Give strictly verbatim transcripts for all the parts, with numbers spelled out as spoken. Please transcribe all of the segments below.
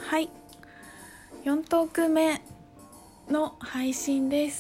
はい、よんトーク目の配信です。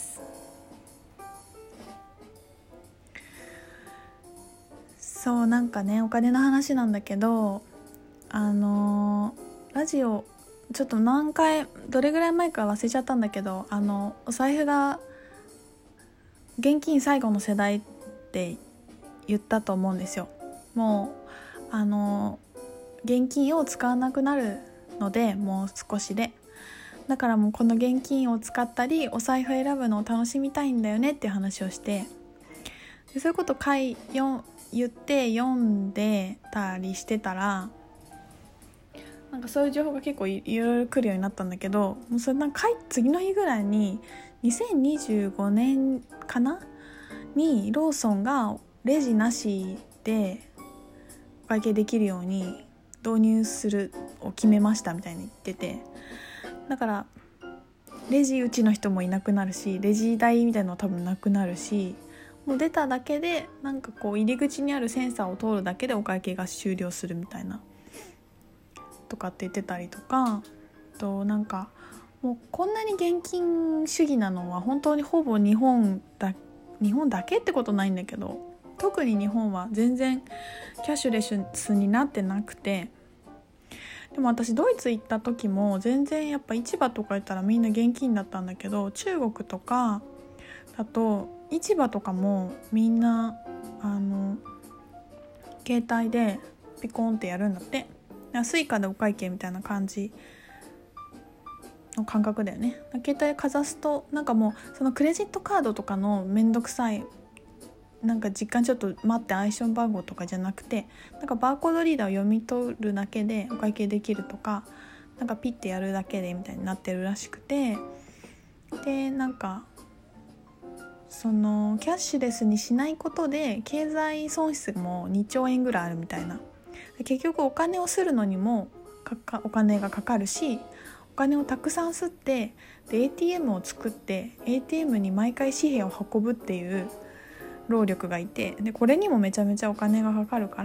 そうなんかねお金の話なんだけど、あのー、ラジオちょっと何回どれぐらい前か忘れちゃったんだけど、あのお財布が現金最後の世代って言ったと思うんですよ。もうあのー、現金を使わなくなるので、もう少しでだからもうこの現金を使ったりお財布選ぶのを楽しみたいんだよねっていう話をして、でそういうこと書いよ言って読んでたりしてたら、なんかそういう情報が結構いろいろ来るようになったんだけど、もうそれなんか次の日ぐらいににせんにじゅうごねんかなにローソンがレジなしでお会計できるように導入するを決めましたみたいに言ってて、だからレジうちの人もいなくなるし、レジ代みたいなの多分なくなるし、もう出ただけでなんかこう入り口にあるセンサーを通るだけでお会計が終了するみたいなとかって言ってたりとか、となんかもうこんなに現金主義なのは本当にほぼ日本だ日本だけってことないんだけど、特に日本は全然キャッシュレスになってなくて、でも私ドイツ行った時も全然やっぱ市場とか行ったらみんな現金だったんだけど、中国とかだと市場とかもみんなあの携帯でピコンってやるんだって。スイカでお会計みたいな感じの感覚だよね。携帯かざすとなんかもうそのクレジットカードとかのめんどくさいなんか実感ちょっと待って暗証番号とかじゃなくて、なんかバーコードリーダーを読み取るだけでお会計できるとか、なんかピッてやるだけでみたいになってるらしくて、でなんかそのキャッシュレスにしないことで経済損失もにちょうえんぐらいあるみたいな。結局お金をするのにもかかお金がかかるし、お金をたくさん吸ってで エーティーエム を作って エーティーエム に毎回紙幣を運ぶっていう労力がいて、でこれにもめちゃめちゃお金がかかるから、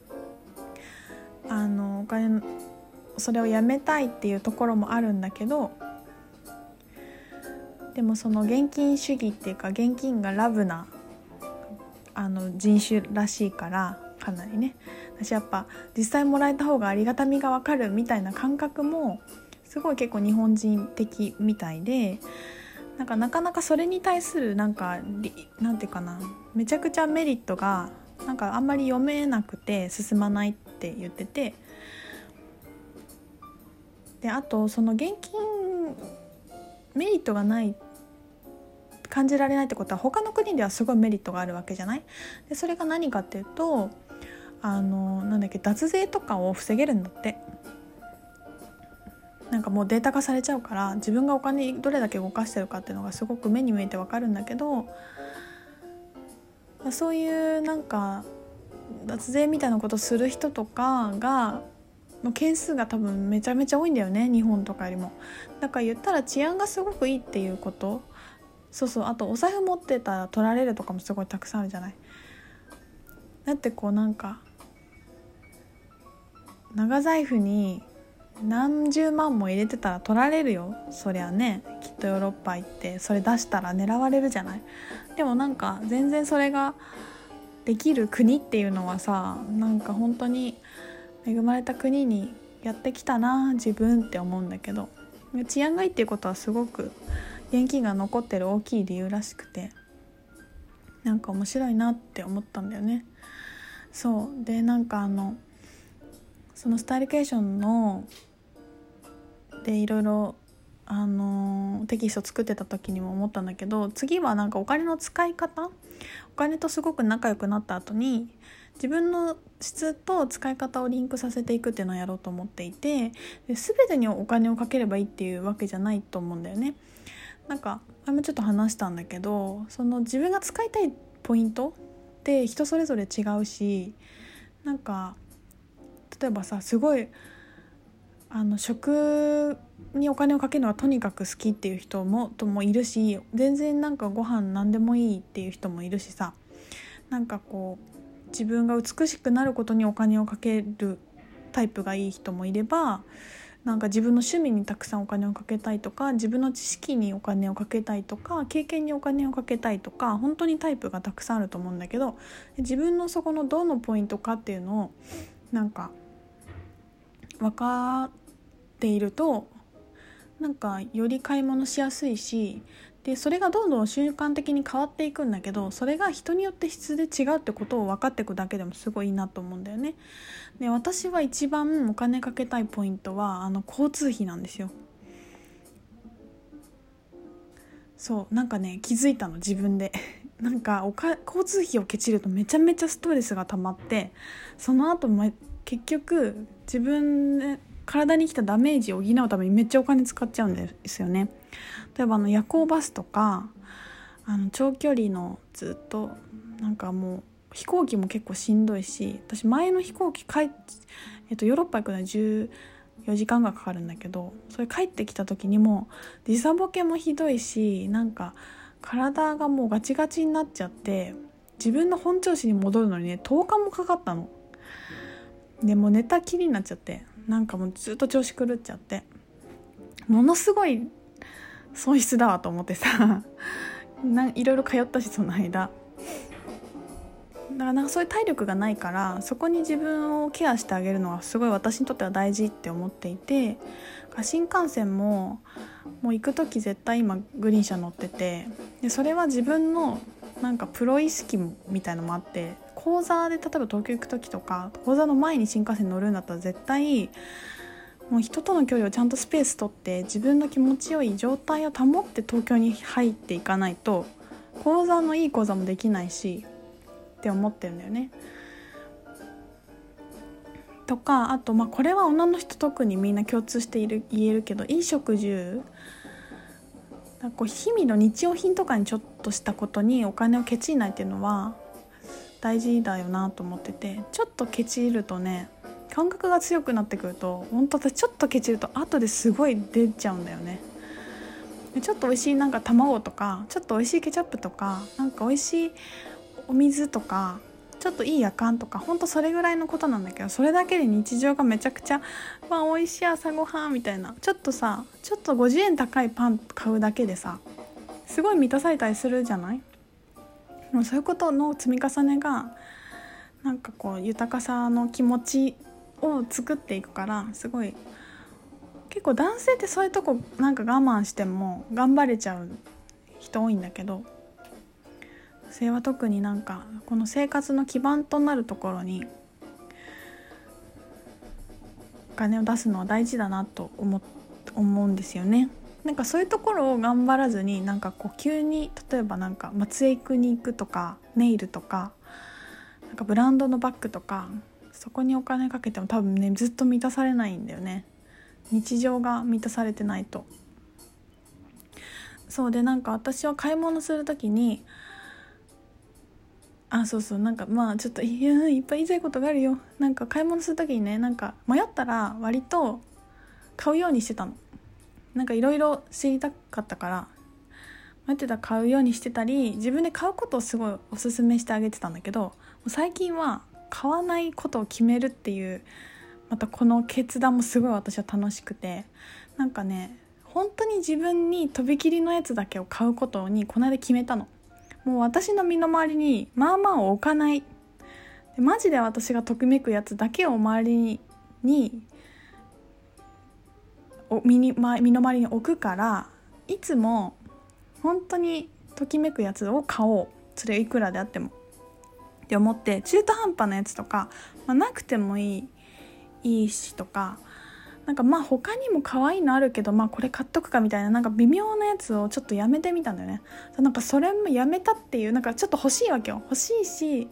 あのお金それをやめたいっていうところもあるんだけど、でもその現金主義っていうか現金がラブなあの人種らしいから、かなりね私やっぱ実際もらえた方がありがたみが分かるみたいな感覚もすごい結構日本人的みたいで、なんかなかなかそれに対するなんかなんていうかなめちゃくちゃメリットがなんかあんまり読めなくて進まないって言ってて、であとその現金メリットがない感じられないってことは他の国ではすごいメリットがあるわけじゃない。でそれが何かっていうと、あのなんだっけ脱税とかを防げるんだって。なんかもうデータ化されちゃうから自分がお金どれだけ動かしてるかっていうのがすごく目に見えてわかるんだけど、そういうなんか脱税みたいなことする人とかがの件数が多分めちゃめちゃ多いんだよね、日本とかよりも。だから言ったら治安がすごくいいっていうこと。そうそう、あとお財布持ってたら取られるとかもすごいたくさんあるじゃない。だってこうなんか長財布に何十万も入れてたら取られるよ、そりゃね。きっとヨーロッパ行ってそれ出したら狙われるじゃない。でもなんか全然それができる国っていうのはさ、なんか本当に恵まれた国にやってきたな自分って思うんだけど、治安がいいっていうことはすごく現金が残ってる大きい理由らしくて、なんか面白いなって思ったんだよね。そうでなんかあのそのスタイルケーションのでいろいろあのテキスト作ってた時にも思ったんだけど、次はなんかお金の使い方、お金とすごく仲良くなった後に自分の質と使い方をリンクさせていくっていうのをやろうと思っていて、で全てにお金をかければいいっていうわけじゃないと思うんだよね。なんか前もちょっと話したんだけど、その自分が使いたいポイントって人それぞれ違うし、なんか例えばさすごいあの食にお金をかけるのがとにかく好きっていう人もともいるし、全然なんかご飯何でもいいっていう人もいるしさ、なんかこう自分が美しくなることにお金をかけるタイプがいい人もいれば、 なんか自分の趣味にたくさんお金をかけたいとか、自分の知識にお金をかけたいとか、経験にお金をかけたいとか、本当にタイプがたくさんあると思うんだけど、自分のそこのどのポイントかっていうのをなんか分かっていると、なんかより買い物しやすいし、でそれがどんどん習慣的に変わっていくんだけど、それが人によって質で違うってことを分かっていくだけでもすごいいいなと思うんだよね。で私は一番お金かけたいポイントはあの交通費なんですよ。そうなんかね気づいたの自分でなんかおか交通費をケチるとめちゃめちゃストレスが溜まって、その後も結局自分で体に来たダメージを補うためにめっちゃお金使っちゃうんですよね。例えばあの夜行バスとか、あの長距離のずっとなんかもう飛行機も結構しんどいし、私前の飛行機帰っ、えっと、ヨーロッパ行くのはじゅうよじかんがかかるんだけど、それ帰ってきた時にも時差ボケもひどいし、なんか体がもうガチガチになっちゃって、自分の本調子に戻るのにねとおかもかかったの。でもう寝たきりになっちゃって、なんかもうずっと調子狂っちゃって、ものすごい損失だわと思ってさないろいろ通ったし、その間だからなんかそういう体力がないから、そこに自分をケアしてあげるのはすごい私にとっては大事って思っていて、新幹線ももう行く時絶対今グリーン車乗ってて、でそれは自分のなんかプロ意識みたいのもあって、講座で例えば東京行く時とか講座の前に新幹線乗るんだったら絶対もう人との距離をちゃんとスペース取って自分の気持ちよい状態を保って東京に入っていかないと講座のいい講座もできないしって思ってるんだよね。とかあと、まあ、これは女の人特にみんな共通している言えるけど、衣食住なんかこう日々の日用品とかにちょっとしたことにお金をケチらないっていうのは大事だよなと思ってて、ちょっとケチるとね感覚が強くなってくると、本当私ちょっとケチると後ですごい出ちゃうんだよね。でちょっと美味しいなんか卵とか、ちょっと美味しいケチャップとか、なんか美味しいお水とか、ちょっといいやかんとか、ほんとそれぐらいのことなんだけど、それだけで日常がめちゃくちゃわ美味しい朝ごはんみたいな、ちょっとさちょっとごじゅうえん高いパン買うだけでさすごい満たされたりするじゃない。もうそういうことの積み重ねがなんかこう豊かさの気持ちを作っていくから、すごい結構男性ってそういうとこなんか我慢しても頑張れちゃう人多いんだけど、女性は特になんかこの生活の基盤となるところにお金を出すのは大事だなと思、思うんですよね。なんかそういうところを頑張らずに、なんかこう急に例えばなんか松江区に行くとか、ネイルとかなんかブランドのバッグとか、そこにお金かけても多分ねずっと満たされないんだよね。日常が満たされてないと。そうで、なんか私は買い物するときにあそうそうなんかまあちょっといやいっぱい言いたいことがあるよ。なんか買い物するときにね、なんか迷ったら割と買うようにしてたの。なんかいろいろ知りたかったから迷ってたら買うようにしてたり、自分で買うことをすごいおすすめしてあげてたんだけど、最近は買わないことを決めるっていう、またこの決断もすごい私は楽しくて、なんかね本当に自分にとびきりのやつだけを買うことにこの間決めたの。もう私の身の回りにまあまあを置かない。でマジで私がときめくやつだけを周りににお身に、ま、身の回りに置くから、いつも本当にときめくやつを買おう、それいくらであってもって思って、中途半端なやつとか、まあ、なくてもいいいいしとか、なんかまあ他にも可愛いのあるけど、まあこれ買っとくかみたいな、なんか微妙なやつをちょっとやめてみたんだよね。なんかそれもやめたっていう、なんかちょっと欲しいわけよ、欲しいし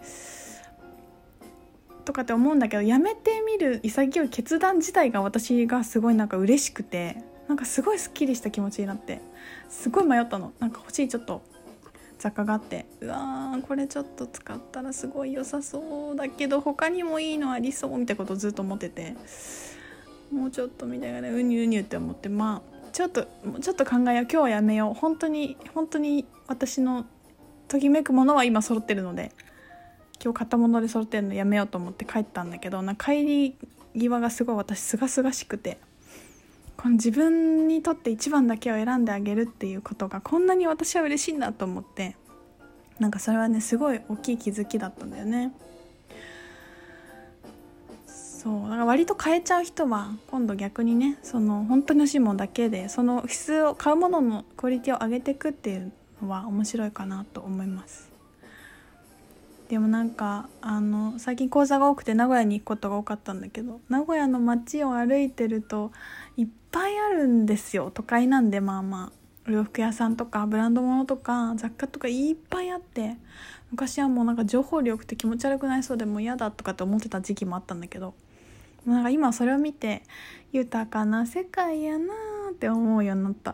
とかって思うんだけど、やめてみる潔い決断自体が私がすごいなんか嬉しくて、なんかすごいスッキリした気持ちになって、すごい迷ったの。なんか欲しいちょっと雑貨があって、うわーこれちょっと使ったらすごい良さそうだけど他にもいいのありそうみたいなことをずっと思ってて、もうちょっとみたいなね、うにゅうにゅって思って、まあちょっとちょっと考えよう、今日はやめよう、本当に本当に私のときめくものは今揃ってるので、今日買ったもので揃ってるのやめようと思って帰ったんだけど、な帰り際がすごい私すがすがしくて、 この自分にとって一番だけを選んであげるっていうことがこんなに私は嬉しいんだと思って、なんかそれはねすごい大きい気づきだったんだよね。そうだから割と変えちゃう人は今度逆にね、その本当に欲しいものだけでその質を買うもののクオリティを上げていくっていうのは面白いかなと思います。でもなんかあの最近講座が多くて名古屋に行くことが多かったんだけど、名古屋の街を歩いてるといっぱいあるんですよ。都会なんで、まあまあ洋服屋さんとかブランド物とか雑貨とかいっぱいあって、昔はもうなんか情報量多くて気持ち悪くなりそうでもう嫌だとかって思ってた時期もあったんだけど、なんか今それを見て豊かな世界やなーって思うようになった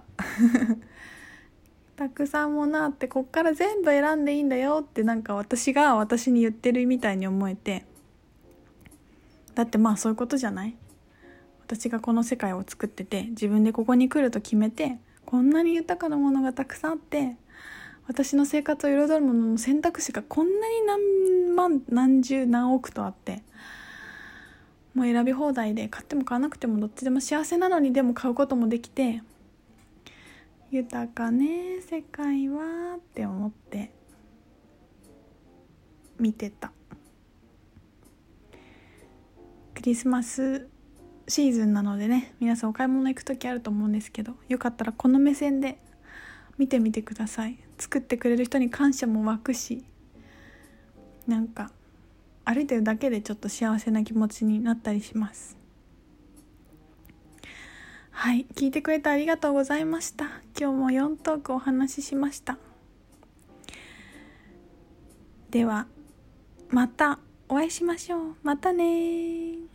たくさんもなってこっから全部選んでいいんだよってなんか私が私に言ってるみたいに思えて、だってまあそういうことじゃない。私がこの世界を作ってて自分でここに来ると決めて、こんなに豊かなものがたくさんあって私の生活を彩るものの選択肢がこんなに何万何十何億とあって、もう選び放題で買っても買わなくてもどっちでも幸せなのに、でも買うこともできて豊かね世界はって思って見てた。クリスマスシーズンなのでね、皆さんお買い物行く時あると思うんですけど、よかったらこの目線で見てみてください。作ってくれる人に感謝も湧くし、なんか歩いてるだけでちょっと幸せな気持ちになったりします。はい、聞いてくれてありがとうございました。今日もよんトークお話ししました。ではまたお会いしましょう。またね。